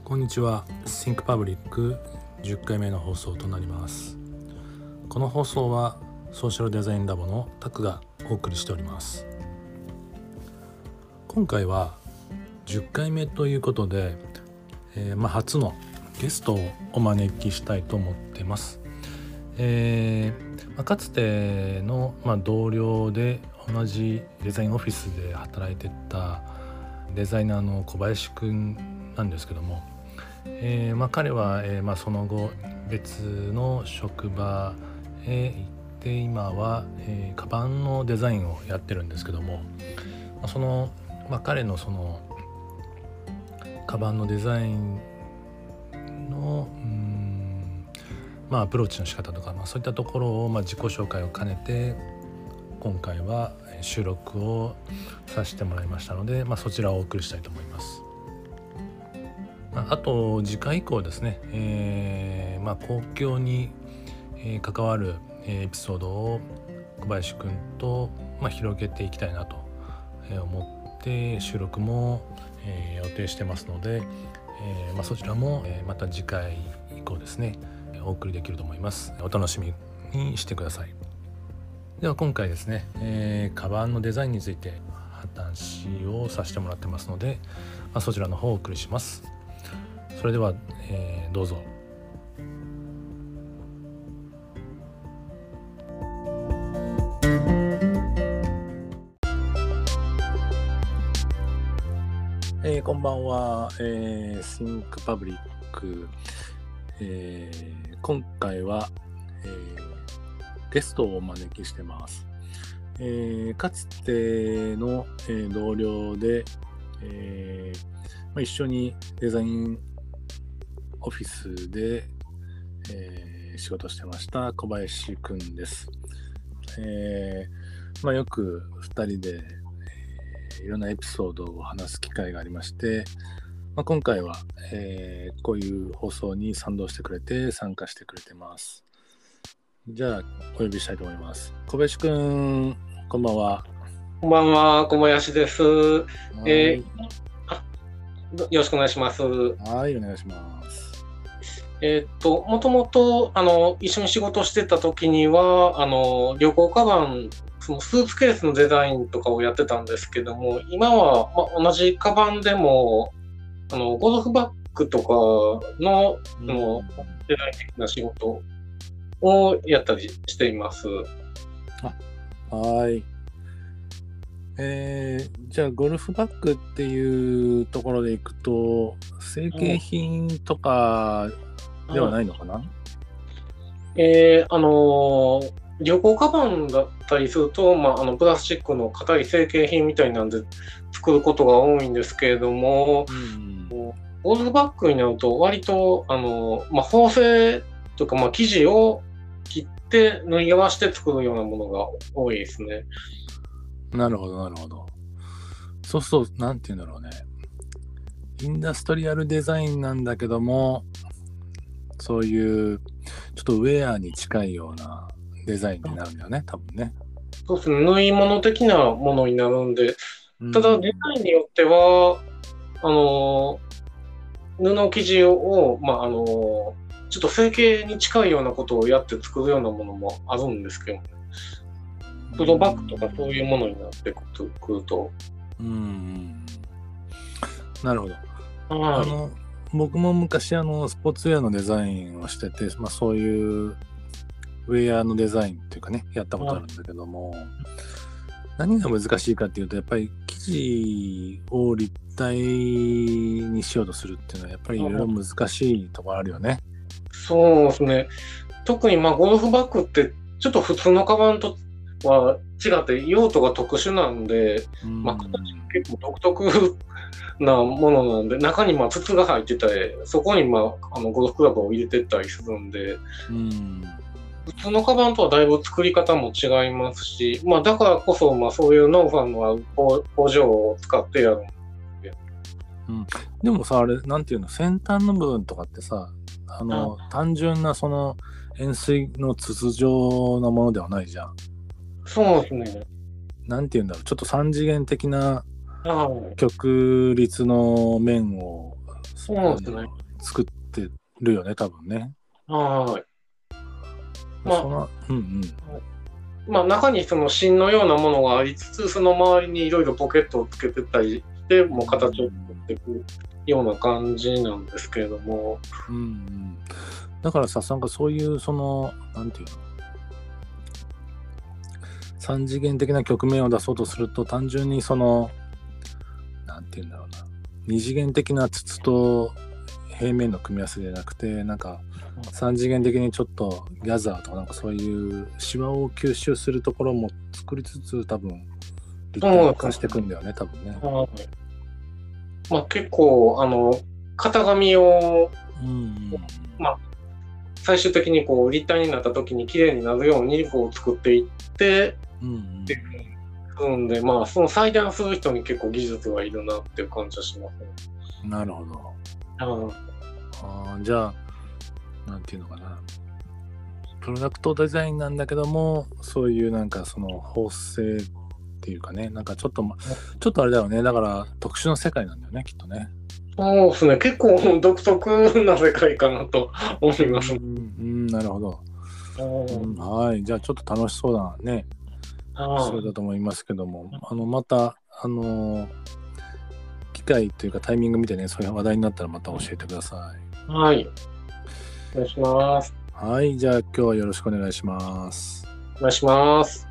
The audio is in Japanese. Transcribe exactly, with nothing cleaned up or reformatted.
こんにちは。 Think Public じゅっかいめの放送となります。この放送はソーシャルデザインラボのタクがお送りしております。今回はじゅっかいめということで、えーまあ、初のゲストをお招きしたいと思っています。えーまあ、かつての、まあ、同僚で同じデザインオフィスで働いてたデザイナーの小林くんなんですけども、えーまあ、彼は、えーまあ、その後別の職場へ行って今は、えー、カバンのデザインをやってるんですけども、まあ、その、まあ、彼のそのカバンのデザインのうーん、まあ、アプローチの仕方とか、まあ、そういったところを、まあ、自己紹介を兼ねて今回は収録をさせてもらいましたので、まあ、そちらをお送りしたいと思います。あと次回以降ですね、えーまあ、公共に関わるエピソードを小林くんと、まあ、広げていきたいなと思って収録も予定してますので、えーまあ、そちらもまた次回以降ですねお送りできると思います。お楽しみにしてください。では今回ですね、えー、カバンのデザインについて話をさせてもらってますので、まあ、そちらの方をお送りします。それでは、えー、どうぞ。えー、こんばんは、えー、Think Public、えー、今回は、えー、ゲストをお招きしてます。えー、かつての、えー、同僚で、えーまあ、一緒にデザインオフィスで、えー、仕事してました小林くんです。えーまあ、よくふたりで、えー、いろんなエピソードを話す機会がありまして、まあ、今回は、えー、こういう放送に賛同してくれて参加してくれてます。じゃあお呼びしたいと思います。小林くん、こんばんは。 こんばんは、小林です。えー、あ、よろしくお願いします。 はい、お願いします。 えっと、もともと、あの、一緒に仕事してた時には、あの、旅行カバン、そのスーツケースのデザインとかをやってたんですけども、今は、まあ、同じカバンでも、あの、ゴルフバッグとかの、うん、のデザイン的な仕事をやったりしています。 あ、はい。えー、じゃあゴルフバッグっていうところでいくと成形品とかではないのかな？うん、 えー、あのー、旅行カバンだったりすると、まあ、あのプラスチックの硬い成形品みたいなんで作ることが多いんですけれども、うん、ゴルフバッグになると割と、あのーまあ、縫製というか、まあ、生地を切って縫い合わせて作るようなものが多いですね。 なるほどなるほど。そうそう、なんていうんだろうね。インダストリアルデザインなんだけども、そういうちょっとウェアに近いようなデザインになるんだよね、多分ね。 そうですね、縫い物的なものになるんで、ただデザインによっては、あの布生地を、まああのちょっと成形に近いようなことをやって作るようなものもあるんですけどね。プロバッグとかそういうものになってくると。 うん。なるほど。 はい、 あの僕も昔あのスポーツウェアのデザインをしてて、まあ、そういうウェアのデザインっていうかねやったことあるんだけども、はい、何が難しいかっていうとやっぱり生地を立体にしようとするっていうのはやっぱりいろいろ難しいところあるよね。 そうですね。特にまあゴルフバッグってちょっと普通のカバンとは違って用途が特殊なんで、うん、まあ、形結構独特なものなんで、中にまあ筒が入ってたり、そこにまああのゴルフクラブを入れてったりするんで、うん、普通のカバンとはだいぶ作り方も違いますし、まあ、だからこそまあそういうノウハウのある工場を使ってやるんで、 うん、でもさあれなんていうの先端の部分とかってさあのあ単純なその円錐の筒状のものではないじゃん。 そうですね。 なんていうんだろう、ちょっと三次元的な曲率の面をそうですね。 作ってるよね、多分ね。 はい。まあ、 そのうんうん。 まあ、中にその芯のようなものがありつつ、その周りにいろいろポケットをつけてたりして、もう形を作っていくような感じなんですけれども。 うんうん。だからさ、なんかそういうそのなんていうの、三次元的な局面を出そうとすると、単純にそのなんていうんだろうな、二次元的な筒と平面の組み合わせじゃなくて、なんか三次元的にちょっとギャザーとかなんかそういうシワを吸収するところも作りつつ、多分立体化していくんだよね、多分ね。 はい。まあ、結構あの型紙を、 うんうん、 まあ、最終的にこう立体になった時に綺麗になるようにこう作っていって、 うんうんっていうので、まあ、その裁断する人に結構技術がいるなっていう感じはしますね。 なるほど。 うん、 あ、じゃあなんていうのかな、プロダクトデザインなんだけども、そういうなんかその縫製っていうかね、なんかちょっと、ま、ちょっとあれだよね。だから特殊な世界なんだよね、きっとね。 そうですね。結構独特な世界かなと思います。 うん、うん、なるほど。うん、はい、じゃあちょっと楽しそうなね、それだと思いますけども、あのまたあの機会というかタイミング見てね、そういう話題になったらまた教えてください。はい。お願いします。 はい、じゃあ今日はよろしくお願いします。 お願いします。